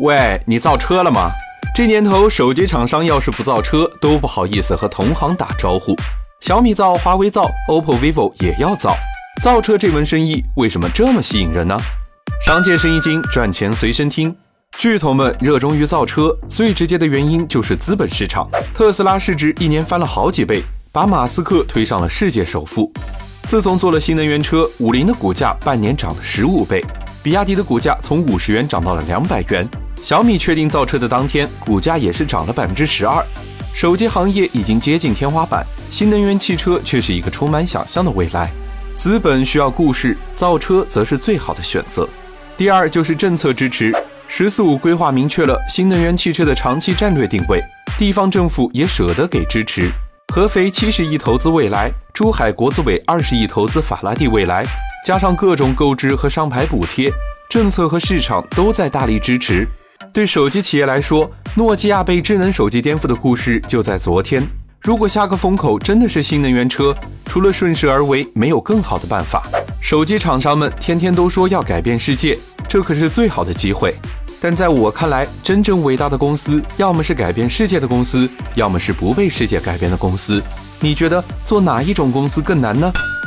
喂，你造车了吗？这年头，手机厂商要是不造车，都不好意思和同行打招呼。小米造，华为造 ，OPPO、vivo 也要造。造车这门生意为什么这么吸引人呢？商界生意经，赚钱随身听。巨头们热衷于造车，最直接的原因就是资本市场。特斯拉市值一年翻了好几倍，把马斯克推上了世界首富。自从做了新能源车，50的股价半年涨了15倍，比亚迪的股价从50元涨到了200元。小米确定造车的当天，股价也是涨了12%。手机行业已经接近天花板，新能源汽车却是一个充满想象的未来。资本需要故事，造车则是最好的选择。第二就是政策支持，“十四五”规划明确了新能源汽车的长期战略定位，地方政府也舍得给支持。合肥70亿投资未来，珠海国资委20亿投资法拉第未来，加上各种购置和上牌补贴，政策和市场都在大力支持。对手机企业来说，诺基亚被智能手机颠覆的故事就在昨天。如果下个风口真的是新能源车，除了顺势而为，没有更好的办法。手机厂商们天天都说要改变世界，这可是最好的机会。但在我看来，真正伟大的公司，要么是改变世界的公司，要么是不被世界改变的公司。你觉得做哪一种公司更难呢？